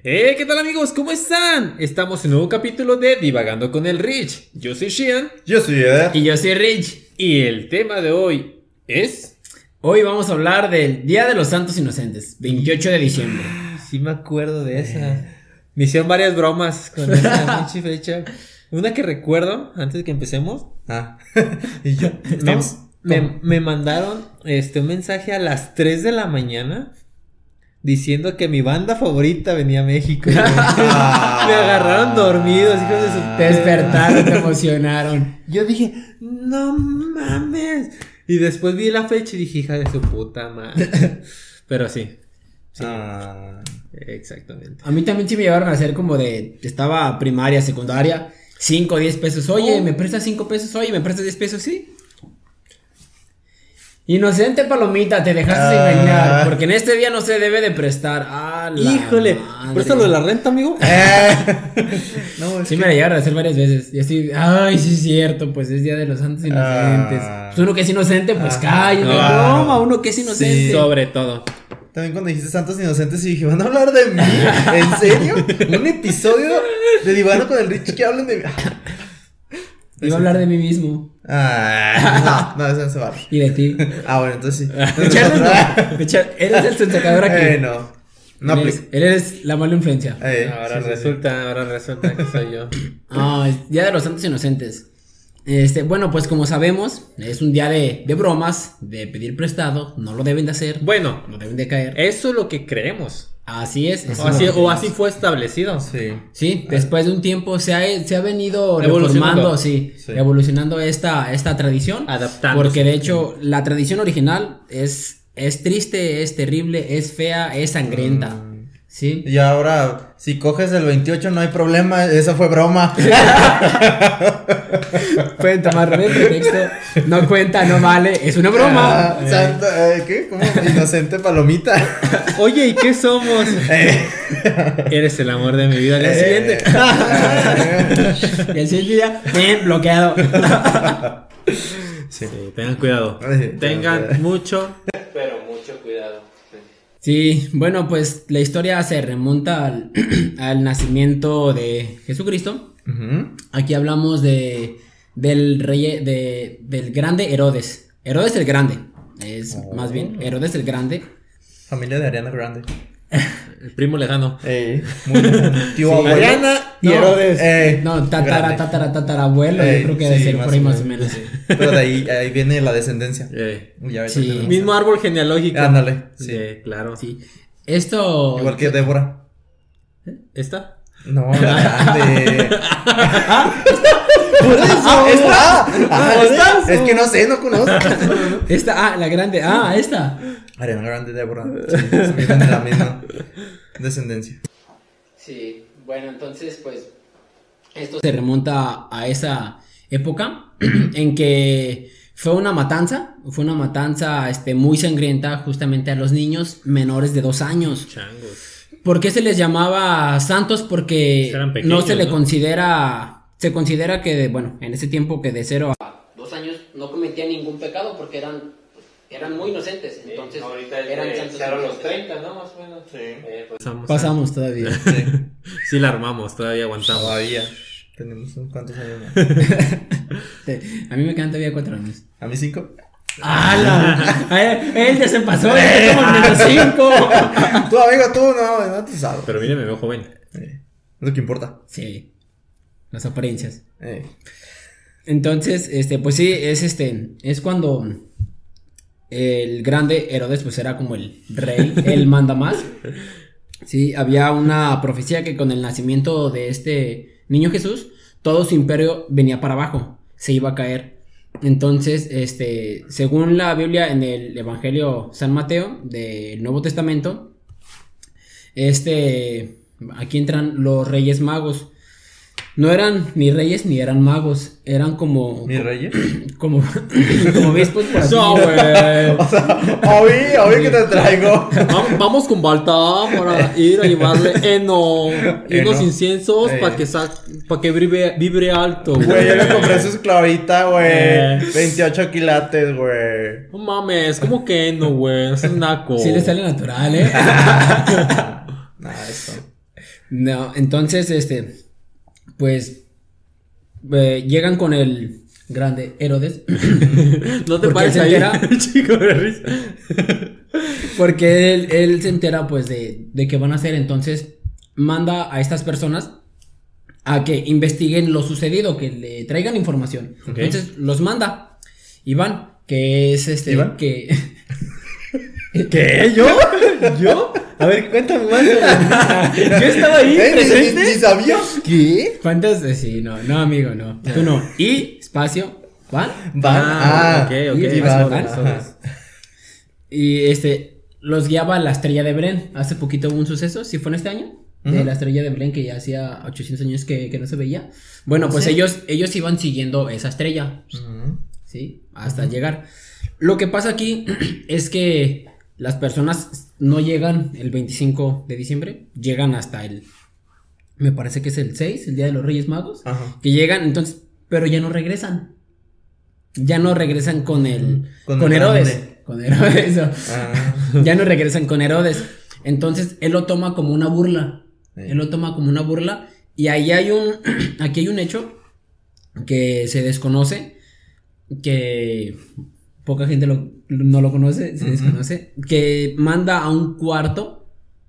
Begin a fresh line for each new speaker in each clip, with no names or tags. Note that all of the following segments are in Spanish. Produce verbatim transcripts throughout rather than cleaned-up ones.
Eh, ¿qué tal amigos? ¿Cómo están? Estamos en un nuevo capítulo de Divagando con el Rich. Yo soy Shian.
Yo soy Eder.
Y yo soy Rich.
Y el tema de hoy es...
Hoy vamos a hablar del Día de los Santos Inocentes, veintiocho de diciembre.
Sí me acuerdo de esa. Me hicieron varias bromas con esa pinche fecha. Una que recuerdo, antes de que empecemos.
Ah, y yo.
Me,
¿Estamos?
me, me mandaron este, un mensaje a las tres de la mañana diciendo que mi banda favorita venía a México.
Ah.
Me agarraron dormidos, hijos de su...
Te despertaron, te emocionaron.
Yo dije, no mames. Y después vi la fecha y dije, hija de su puta madre. Pero sí. Sí.
Ah.
Exactamente.
A mí también sí me llevaron a hacer como de... Estaba primaria, secundaria, cinco o diez pesos. Oye,
Oh.
¿me prestas cinco pesos? Oye, ¿me prestas diez pesos? Sí. Inocente palomita, te dejaste
Ah.
engañar. Porque en este día no se debe de prestar. Ah, la
Híjole,
madre.
préstalo de la renta, amigo.
Eh. No, es
Sí
que-
me la llegaron a hacer varias veces. Y así, ay, sí es cierto, pues es Día de los Santos Inocentes.
Ah.
Pues uno que es inocente, pues
Ah.
cállate,
Ah.
broma, uno que es inocente.
Sí.
Sobre todo.
También cuando dijiste Santos Inocentes y dije, ¿van a hablar de mí? ¿En serio? ¿Un episodio de Divano con el Rich que hablen de mí?
Iba a hablar de mí mismo
Ah, no, no, eso no se vale.
y de ti.
Ah, bueno, entonces sí.
De Charles no. De Char- Eres el sensacador aquí.
Eh, no. No
él,
aplica.
eres, él eres la mala influencia.
Eh,
Ahora
sí, sí,
resulta, ahora resulta que soy yo.
Ah, es Día de los Santos Inocentes. Este, bueno, pues como sabemos, es un día de, de bromas, de pedir prestado, no lo deben de hacer,
Bueno,
no deben de caer.
eso es lo que creemos.
Así es. eso
O
es
así,
lo que
o
creemos.
así fue establecido.
sí.
Sí, después de un tiempo se ha, se ha venido
Evolucionando.
reformando, sí,
Sí.
evolucionando esta, esta tradición.
Adaptándose.
Porque de hecho, la tradición original es, es triste, es terrible, es fea, es sangrienta.
Mm.
Sí.
Y ahora, si coges el veintiocho no hay problema, eso fue broma.
Pueden tomarlo de pretexto. No cuenta, no vale, es una broma.
Ah, santa- eh, ¿Qué? ¿Cómo? Inocente palomita.
Oye, ¿y qué somos?
Eh.
Eres el amor de mi vida. Al día
Eh.
siguiente.
Y el siguiente día, bien, bloqueado.
Sí, tengan cuidado.
Ay,
Tengan
cuidado.
mucho, pero mucho cuidado.
Sí, bueno, pues la historia se remonta al, al nacimiento de Jesucristo.
Ujú.
Aquí hablamos de del rey de del grande Herodes. Herodes el Grande. Es
Oh.
más bien Herodes el Grande.
Familia de Ariana Grande.
El primo lejano.
Eh, muy tío
Sí.
abuelo.
Ariana y
No,
Herodes.
Eh,
No, tatara,
grande.
tatara, tatarabuelo.
Eh,
Yo creo que debe
sí,
ser por ahí más o menos.
sí. Pero de ahí, ahí viene la descendencia.
Eh,
Uy, ya ves,
Sí.
tenemos-
mismo árbol genealógico.
Ándale.
Sí,
Sí.
claro.
Sí. Esto.
Igual que Débora.
¿Esta?
No, la grande.
Por eso.
Ah, esta. Ah,
Por eso.
es que no sé, no conozco.
Esta, ah, la grande. Ah, esta.
Ariana Grande, Débora. Sí, se viven de la misma descendencia.
Sí, bueno, entonces pues esto se remonta a esa época en que fue una matanza, fue una matanza este, muy sangrienta justamente a los niños menores de dos años.
Changos.
¿Por qué se les llamaba santos? Porque
Eran pequeños,
no se le
¿no?
considera, se considera que, bueno, en ese tiempo que de cero a dos años no cometían ningún pecado porque eran, eran muy inocentes, entonces eran santos inocentes.
treinta, ¿no? Más o menos.
Sí.
Eh, pues, pasamos,
Pasamos todavía.
Sí.
Sí la armamos, todavía aguantamos.
Todavía. Tenemos unos cuantos años más.
A mí me quedan todavía cuatro años.
¿A mí cinco?
¡Hala! Ay, él ya se pasó, ya como menos cinco.
Tú, amigo, tú, no, no te sabes.
Pero mire, me veo joven.
Eh, es lo que importa.
Sí, las apariencias.
Eh.
Entonces, este, pues sí, es este, es cuando el grande Herodes, pues era como el rey, él manda más. Sí, había una profecía que con el nacimiento de este niño Jesús, todo su imperio venía para abajo, se iba a caer. Entonces, este, según la Biblia en el Evangelio San Mateo del Nuevo Testamento, este, aquí entran los Reyes Magos. No eran ni reyes ni eran magos, eran como
¿Mi reyes?
como como obispos por así
No,
decirlo.
güey.
O sea, oí, oí que te traigo.
Vam- Vamos con Balta para ir a llevarle heno y
Heno.
unos inciensos
Eh.
para que sa para que vibre, vibre alto,
Güey, yo le compré su esclavita, güey.
Eh.
veintiocho quilates, güey.
No mames, ¿cómo que heno, güey? No seas naco.
Sí le sale natural, ¿eh?
Nada, eso.
No, entonces, este, pues, eh, llegan con el grande Herodes.
No te
Porque
pares
él se
ahí,
entera-
chico de risa.
Porque él, él se entera, pues, de, de qué van a hacer. Entonces, manda a estas personas a que investiguen lo sucedido, que le traigan información.
Ok.
Entonces, los manda. Y van, que es este,
¿Iván?
que...
¿Qué? ¿Yo? ¿Yo? A ver, cuéntame más. Yo estaba ahí
¿Eh? ¿Ni-
presente.
ni- ni sabía? ¿Qué?
¿Cuántos? Eh, Sí, no, no, amigo, no. Tú no. Y, espacio, ¿van?
Van.
Ah,
Ah,
ok, ok.
y- y
Vas,
van,
vas,
ajá.
vas.
Y este, los guiaba la estrella de Belén. Hace poquito hubo un suceso, ¿sí fue en este año? De
Ujú.
la estrella de Belén que ya hacía ochocientos años que, que no se veía. Bueno, pues
¿Sí?
ellos, ellos iban siguiendo esa estrella,
Ujú.
¿sí? Hasta llegar. Lo que pasa aquí es que las personas no llegan el veinticinco de diciembre, llegan hasta el, me parece que es el seis, el Día de los Reyes Magos,
Ajá.
que llegan, entonces, pero ya no regresan. Ya no regresan con el,
Con
con,
el
Herodes.
grande.
Con Herodes, eso.
Ah.
Ya no regresan con Herodes. Entonces, él lo toma como una burla.
Sí.
Él lo toma como una burla. Y ahí hay un, aquí hay un hecho que se desconoce, que poca gente lo- no lo conoce, se
Ujú.
desconoce, que manda a un cuarto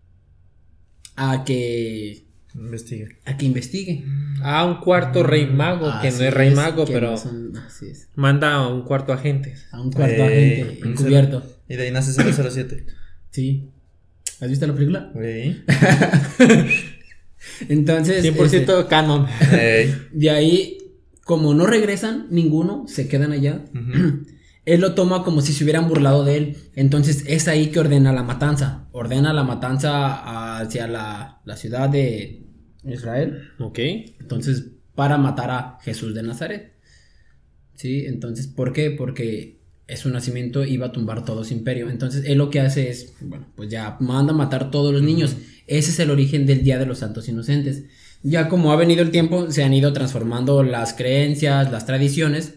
a que,
Investiga.
a que investigue.
Ah, un cuarto rey mago, que
Así
no es rey mago,
que
pero
no son- así es.
manda a un cuarto agentes.
A un cuarto
Ey,
agente
un
encubierto.
cero- Y de ahí nace cero cero siete.
Sí. ¿Has visto la película?
Ey.
Entonces,
cien por ciento
este,
canon.
Ey.
de ahí, como no regresan ninguno, se quedan allá.
Ujú.
Él lo toma como si se hubieran burlado de él. Entonces es ahí que ordena la matanza. Ordena la matanza hacia la, la ciudad de Israel.
Ok.
Entonces, para matar a Jesús de Nazaret. Sí, entonces, ¿por qué? Porque es su nacimiento, iba a tumbar todo su imperio. Entonces, él lo que hace es, bueno, pues ya manda a matar todos los niños. Ese es el origen del Día de los Santos Inocentes. Ya como ha venido el tiempo, se han ido transformando las creencias, las tradiciones.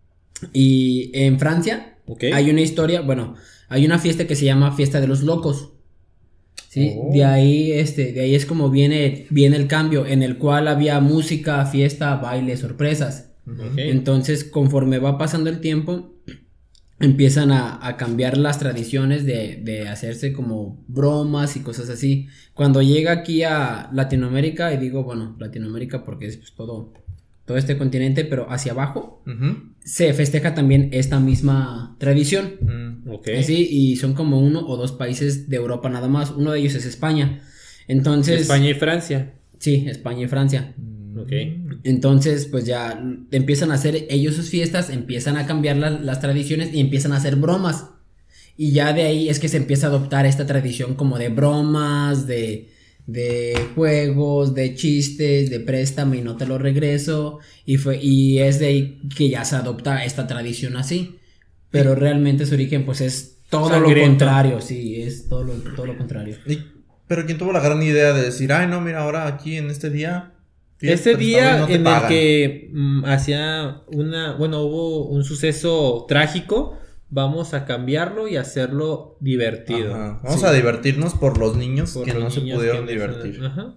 Y en Francia
Ok.
hay una historia, bueno, hay una fiesta que se llama Fiesta de los Locos. Sí,
Oh.
de ahí este, de ahí es como viene viene el cambio en el cual había música, fiesta, baile, sorpresas.
Ok.
Entonces, conforme va pasando el tiempo, empiezan a, a cambiar las tradiciones de, de hacerse como bromas y cosas así. Cuando llega aquí a Latinoamérica, y digo, bueno, Latinoamérica porque es pues, todo, todo este continente, pero hacia abajo,
Ujú.
se festeja también esta misma tradición.
Mm.
Ok.
Sí, y son como uno o dos países de Europa nada más. Uno de ellos es España. Entonces,
España y Francia.
sí, España y Francia.
Ok.
Entonces, pues ya empiezan a hacer ellos sus fiestas, empiezan a cambiar la- las tradiciones y empiezan a hacer bromas. Y ya de ahí es que se empieza a adoptar esta tradición como de bromas, de, de juegos, de chistes, de préstame y no te lo regreso. Y, fue, y es de ahí que ya se adopta esta tradición así. Pero realmente su origen pues es todo lo
Sangriento.
contrario, sí, es todo lo, todo lo contrario.
Y- pero ¿quién tuvo la gran idea de decir, ay, no, mira, ahora aquí en este día?
Este
fiesta,
día
no te
en el
pagan"?
que mm, hacía una, bueno, hubo un suceso trágico, vamos a cambiarlo y hacerlo divertido.
Ajá. Vamos
Sí.
a divertirnos por los niños
Por
que
los
no se
niños
pudieron
que no se-
divertir.
Ajá.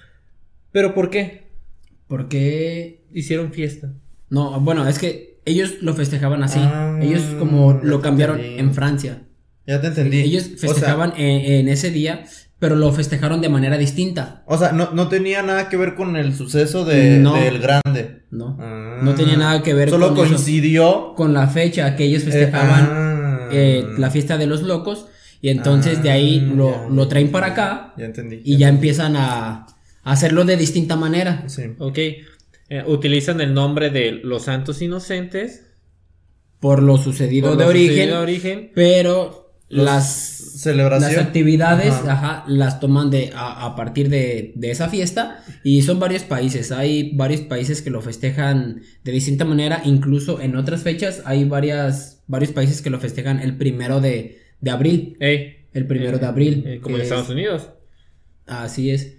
¿Pero por qué
Porque
hicieron fiesta?
no, bueno, es que ellos lo festejaban así.
Ah,
ellos como
ya
lo
te
cambiaron
entendí.
en Francia.
Ya te entendí.
Ellos
O sea,
festejaban en, en ese día, pero lo festejaron de manera distinta.
O sea, no, no tenía nada que ver con el suceso de,
No.
del grande.
No,
Ah.
no tenía nada que ver
Solo
con eso.
coincidió.
Con la fecha que ellos
eh,
festejaban
ah.
eh, la fiesta de los locos. Y entonces de ahí
Ah,
lo,
ya,
lo
ya.
traen para acá
Ya entendí.
y ya empiezan a, a hacerlo de distinta manera.
Sí.
Ok. Eh, utilizan el nombre de los santos inocentes.
Por lo sucedido
por
de
lo
origen.
sucedido de origen.
Pero
Los-
las
Celebración.
Las actividades,
Ajá.
ajá, las toman de a, a partir de, de esa fiesta y son varios países, hay varios países que lo festejan de distinta manera, incluso en otras fechas hay varias, varios países que lo festejan el primero de, de abril,
Ey,
el primero
eh,
de abril,
eh, como
que
en Estados
es-
Unidos.
así es.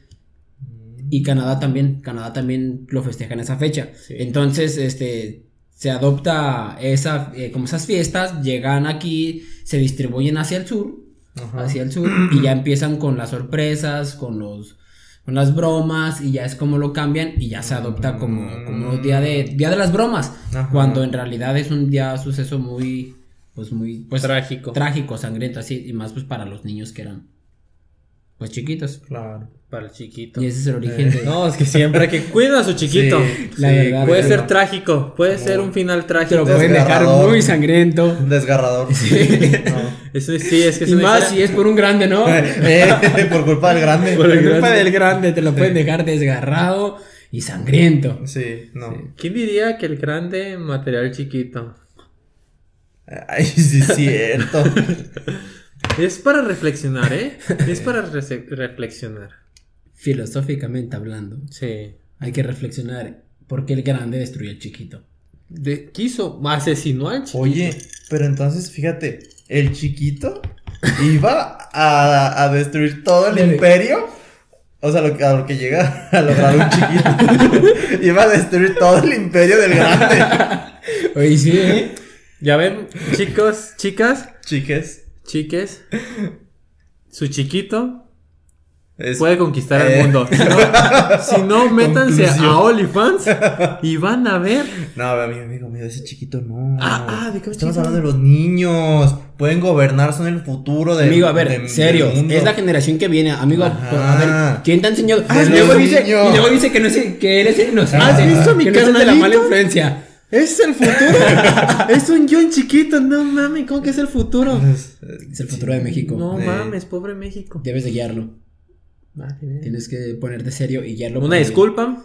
Y Canadá también, Canadá también lo festeja en esa fecha.
Sí.
Entonces, este, se adopta esa, eh, como esas fiestas, llegan aquí, se distribuyen hacia el sur,
Ajá.
hacia el sur, y ya empiezan con las sorpresas, con los, con las bromas y ya es como lo cambian y ya se adopta como, como día de, día de las bromas.
Ajá.
Cuando en realidad es un día suceso muy, pues muy, pues
Trágico.
Trágico, sangriento, así, y más pues para los niños que eran, pues chiquitos.
Claro.
Para el chiquito.
Y ese es el origen de...
No, es que siempre hay que cuida a su chiquito.
Sí,
La
sí,
verdad,
Puede
cuídenlo.
ser trágico, puede ser un final
Te lo
trágico.
pueden dejar
Desgarrador.
muy sangriento.
Desgarrador.
Sí.
No.
Eso sí, es que es
Y
una
más
historia-
si es por un grande, ¿no?
Eh, por culpa del grande.
Por culpa del grande te lo pueden dejar desgarrado y sangriento.
Sí, no.
¿Quién diría que el grande material chiquito?
Ay, sí, es cierto.
Es para reflexionar, ¿eh? Es para rese- reflexionar.
Filosóficamente hablando,
Sí.
hay que reflexionar por qué el grande destruyó al chiquito.
De, quiso, asesinó al chiquito.
Oye, pero entonces, fíjate, el chiquito iba a, a destruir todo el
Dale.
imperio. O sea, lo que, a lo que llega a lograr un chiquito. Iba a destruir todo el imperio del grande.
Oye, sí, ¿eh?
Ya ven, chicos, chicas,
Chiques.
chiques, su chiquito
Es-
puede conquistar
eh.
el mundo. Si no, si no, métanse
Conclusión.
a OnlyFans y van a ver.
No, amigo, amigo, amigo, ese chiquito no.
Ah, ah, ¿de qué
Estamos
chiquito?
hablando de los niños. Pueden gobernar, son el futuro de.
Amigo, a ver,
de-
serio,
del mundo.
es la generación que viene, amigo,
Ajá.
pues, a ver, ¿quién te ha enseñado?
Ah,
y,
es
luego
los
dice,
niños.
y luego dice que no es, que eres inocente.
¿Has visto mi
que no es el de la
carnalito?
mala influencia.
Es el futuro. Es un John chiquito. No mames, ¿cómo que es el futuro?
Es,
Es el futuro de México.
No
Eh.
mames, pobre México.
Debes de guiarlo.
Vale, bien.
Tienes que ponerte serio y guiarlo.
Una
por bien.
disculpa.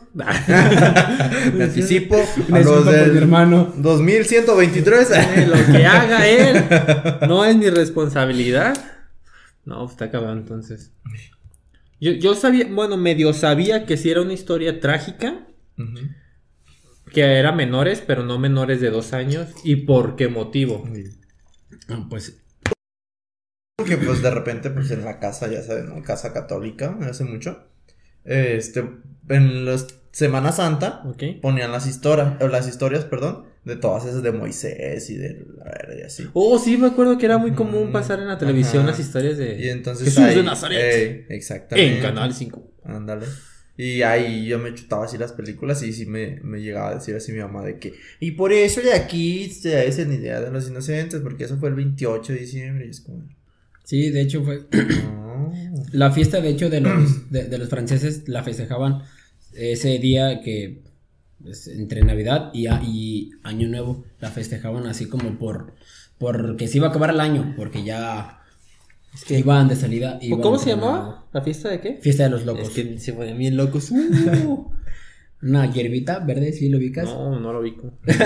Me anticipo
Una
a los
disculpa por mi
del
hermano.
dos mil ciento veintitrés.
Eh, Lo que haga él no es mi responsabilidad. No, pues, está acabado entonces. Yo, yo sabía, bueno, medio sabía que sí era una historia trágica.
Ujú.
Que era menores, pero no menores de dos años. ¿Y por qué motivo?
Ah, pues
Porque pues de repente pues en la casa, ya saben, ¿no? Casa católica, hace mucho. Este, en la Semana Santa
Ok.
ponían las historias, las historias, perdón, de todas esas de Moisés y de la verdad y así.
Oh, sí, me acuerdo que era muy común
Mm,
pasar en la televisión
ajá.
las historias de
Y entonces
Jesús
ahí,
de Nazaret.
ey, exactamente.
En Canal cinco.
Ándale. Y ahí yo me chutaba así las películas y sí me, me llegaba a decir así mi mamá de que y por eso de aquí se hacen idea de los inocentes, porque eso fue el veintiocho de diciembre y es como
sí, de hecho fue
no.
la fiesta, de hecho, de los de, de los franceses la festejaban ese día que pues, entre Navidad y, a- y Año Nuevo la festejaban así como por porque se iba a acabar el año, porque ya
Es que-
iban de salida. iban
¿Cómo se
con
llamaba? ¿La fiesta de qué?
la Fiesta de los locos.
Es que se ponían bien locos. Uh.
Una hierbita verde, ¿sí lo ubicas?
No, no lo vi.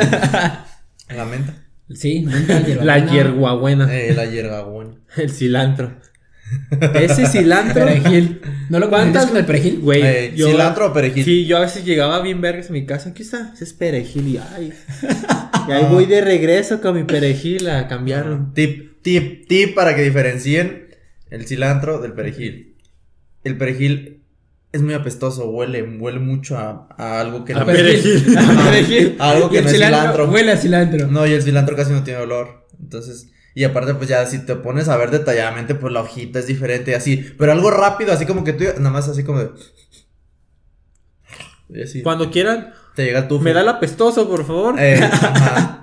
La menta.
Sí, menta,
La
hierbabuena,
hierbabuena.
Eh, la hierbabuena.
El cilantro. Ese cilantro.
perejil. ¿No lo
¿Cuántas-
cuentas con el perejil?
Güey,
Eh,
yo-
¿cilantro o perejil?
Sí, yo a veces llegaba bien vergas a mi casa. Aquí está, ese es perejil. Y ay. Y ahí voy de regreso con mi perejil a cambiarlo.
Tip, tip, tip para que diferencien el cilantro del perejil. El perejil es muy apestoso, huele, huele mucho a, a algo que
A
no
perejil.
A perejil.
Algo que
Y el
no es cilantro.
Huele a cilantro.
No, y el cilantro casi no tiene olor. Entonces, y aparte, pues ya si te pones a ver detalladamente, pues la hojita es diferente, así. Pero algo rápido, así como que tú, nada más así como de. Y así.
Cuando quieran,
Te llega tu.
me da el apestoso, por favor.
Eh, ajá.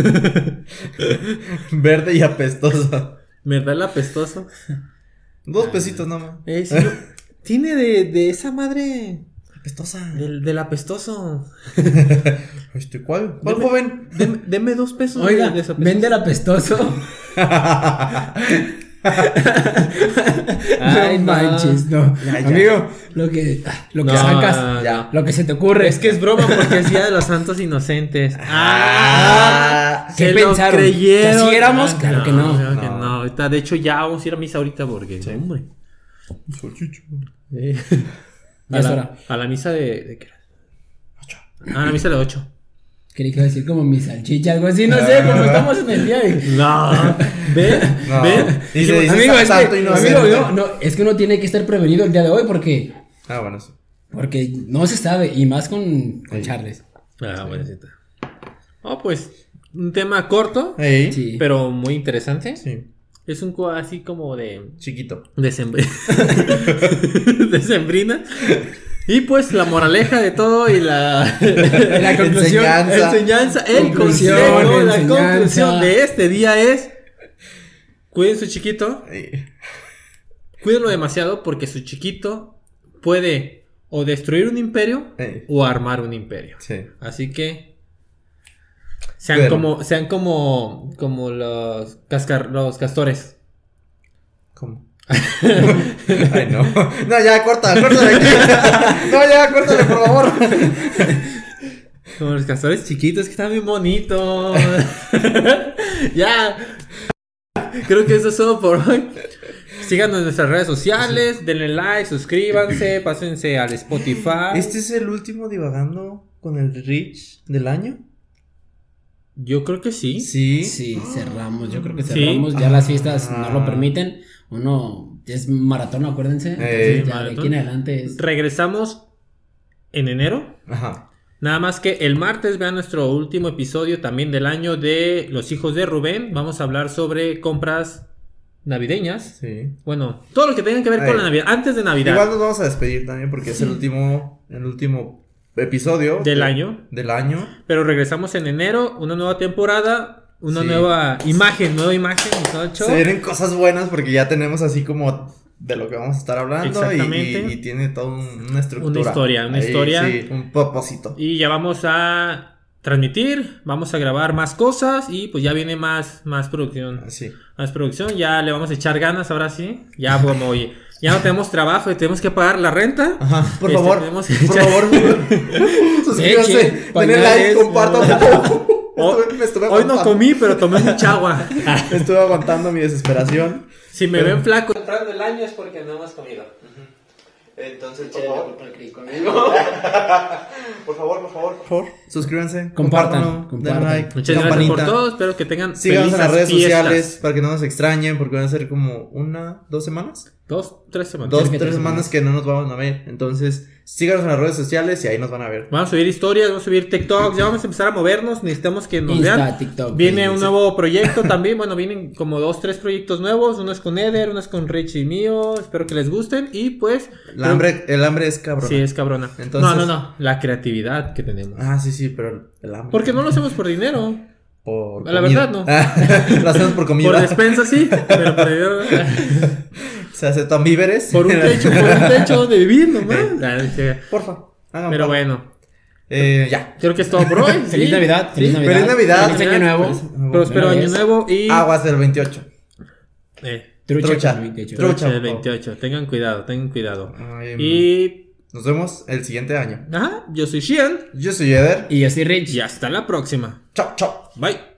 Verde y apestoso.
Me da el apestoso.
Dos pesitos nomás.
Eh, sí, no- tiene de, de esa madre.
Apestosa.
Del, del apestoso.
Este, ¿cuál? ¿Cuál
Deme-
joven?
Deme, deme dos pesos.
Oiga,
de, de ese apestoso.
vende el apestoso.
Ay,
no
no.
manches, no.
Ya, ya.
Amigo, lo que, lo que
No,
sacas,
no,
ya.
lo que se te ocurre.
Es que es broma porque es Día de los Santos Inocentes.
Ah,
¿qué
se lo
pensaron?
creyeron.
¿Que así éramos?
Ah,
Claro que no.
Claro que
No.
no. Ahorita, de hecho, ya vamos a ir a misa ahorita porque.
Sí.
Hombre.
Salchicho.
Eh,
Ya
a,
es
la,
hora.
a la misa de. ¿De qué era? Ah, la misa de ocho.
Creí que iba a decir como mi salchicha, algo así, no sé, como estamos en el día de...
No. ¿Ven?
No.
¿Ven?
Y se dice
Amigo, es
santo
que,
inocente.
amigo, no, no, es que uno tiene que estar prevenido el día de hoy porque,
Ah, bueno, sí.
porque no se sabe, y más con, con
Sí.
Charles.
Ah, bueno, sí. Oh, pues. Un tema corto,
Ey.
Sí.
pero muy interesante.
Sí.
Es un juego así como de...
Chiquito.
Decembr... Decembrina. Y pues la moraleja de todo y la...
La conclusión.
Enseñanza.
enseñanza, el
Conclusión,
consejo, la
enseñanza.
conclusión de este día es... Cuiden su chiquito.
Ey.
Cuídenlo demasiado porque su chiquito puede o destruir un imperio
Ey.
o armar un imperio.
Sí.
Así que sean
Pero-
como sean como como los cascar los castores.
¿Cómo? Ay, no. No, ya, corta, córtale aquí. No, ya, córtale, por favor.
Como los castores chiquitos que están bien bonitos. Ya. Creo que eso es todo por hoy. Síganos en nuestras redes sociales, denle like, suscríbanse, pásense al Spotify.
¿Este es el último divagando con el Rich del año?
Yo creo que sí.
Sí.
Sí, cerramos, yo creo que
Sí.
cerramos, ya las fiestas
Ah.
no lo permiten, uno es maratón, acuérdense,
Eh,
entonces ya de
maratón.
aquí en adelante es...
Regresamos en enero.
Ajá.
Nada más que el martes vean nuestro último episodio también del año de Los Hijos de Rubén. Vamos a hablar sobre compras navideñas.
Sí.
Bueno, todo lo que tenga que ver
Ay.
con la Navidad. Antes de Navidad
Igual nos vamos a despedir también porque es el último, el último episodio
del
de-
año.
Del año.
Pero regresamos en enero, una nueva temporada, una
Sí.
nueva imagen, nueva imagen y todo el show.
Se vienen cosas buenas porque ya tenemos así como de lo que vamos a estar hablando y,
Exactamente.
y- y tiene toda un- una estructura.
Una historia, una
Ahí,
historia.
Sí, un propósito.
Y ya vamos a transmitir, vamos a grabar más cosas y pues ya viene más, más producción.
Así.
Más producción, ya le vamos a echar ganas ahora sí. Ya como oye, ya no tenemos trabajo y tenemos que pagar la renta.
Ajá, por
Este,
favor,
tenemos que
por
echar-
favor, suscríbanse,
Echen
denle
pañales,
like, compartan.
Oh,
Estuve- me estuve
hoy no
aguantando-
comí, pero tomé mucha agua.
me estuve aguantando mi desesperación.
Si me ven flaco entrando el año es porque no hemos comido.
Entonces,
Por favor.
por favor, por favor, por favor, suscríbanse,
Compartan,
compártanlo,
compartan.
denle like,
Muchas gracias por
campanita.
todo. Espero que tengan
Síganos en las
felices
redes
fiestas.
sociales para que no nos extrañen porque van a ser como una, dos semanas.
Dos, tres semanas.
Dos,
que
tres
tres
semanas
semanas.
que no nos vamos a ver. Entonces, síganos en las redes sociales y ahí nos van a ver.
Vamos a subir historias, vamos a subir TikToks, ya vamos a empezar a movernos, necesitamos que nos
Insta,
vean.
TikTok,
Viene
Facebook.
un nuevo proyecto también, bueno, vienen como dos, tres proyectos nuevos, uno es con Eder, uno es con Rich y mío, espero que les gusten y pues...
El hambre, el hambre es cabrón.
Sí, es cabrona.
Entonces-
No, no, no, la creatividad que tenemos.
Ah, sí, sí, pero el hambre.
Porque no lo hacemos por dinero,
Por
La
comida.
verdad, no.
Lo hacemos por comida.
por despensa sí, pero por dinero...
Se aceptan víveres.
Por un techo, por un techo donde vivir nomás. Ah, sí.
Porfa. hagan
Pero
paro.
bueno,
Eh, ya.
creo que es todo por hoy.
Feliz
sí.
Navidad, feliz
Sí.
Navidad.
Feliz Navidad.
Feliz Año Nuevo.
Feliz-
Próspero
Una
año
vez.
nuevo y...
Aguas del veintiocho.
Eh,
Trucha,
Trucha.
con veintiocho.
Trucha.
Trucha del
por favor.
veintiocho. Tengan cuidado, tengan cuidado.
Ay,
Y...
Nos vemos el siguiente año.
Ajá, yo soy Shian.
Yo soy Eder.
Y yo soy Rich.
Y hasta la próxima.
Chao, chao.
Bye.